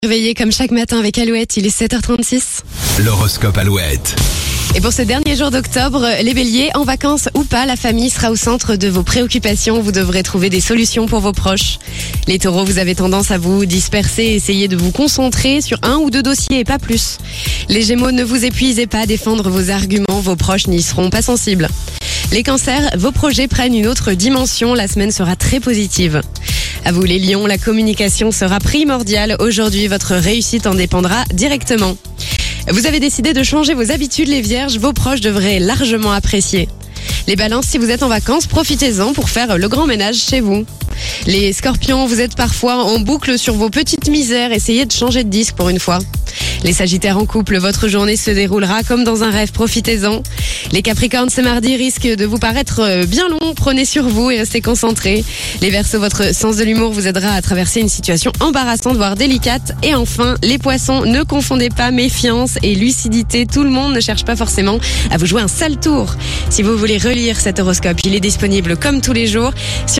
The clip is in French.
Réveillez comme chaque matin avec Alouette, il est 7h36. L'horoscope Alouette. Et pour ce dernier jour d'octobre, les béliers, en vacances ou pas, la famille sera au centre de vos préoccupations. Vous devrez trouver des solutions pour vos proches. Les taureaux, vous avez tendance à vous disperser, essayez de vous concentrer sur un ou deux dossiers et pas plus. Les gémeaux, ne vous épuisez pas à défendre vos arguments, vos proches n'y seront pas sensibles. Les cancers, vos projets prennent une autre dimension, la semaine sera très positive. À vous les lions, la communication sera primordiale. Aujourd'hui, votre réussite en dépendra directement. Vous avez décidé de changer vos habitudes, les vierges, vos proches devraient largement apprécier. Les balances, si vous êtes en vacances, profitez-en pour faire le grand ménage chez vous. Les scorpions, vous êtes parfois en boucle sur vos petites misères, essayez de changer de disque pour une fois. Les sagittaires en couple, votre journée se déroulera comme dans un rêve, profitez-en. Les capricornes, ce mardi risque de vous paraître bien long, prenez sur vous et restez concentrés. Les verseaux, votre sens de l'humour vous aidera à traverser une situation embarrassante, voire délicate. Et enfin, les poissons, ne confondez pas méfiance et lucidité, tout le monde ne cherche pas forcément à vous jouer un sale tour. Si vous voulez relire cet horoscope, il est disponible comme tous les jours sur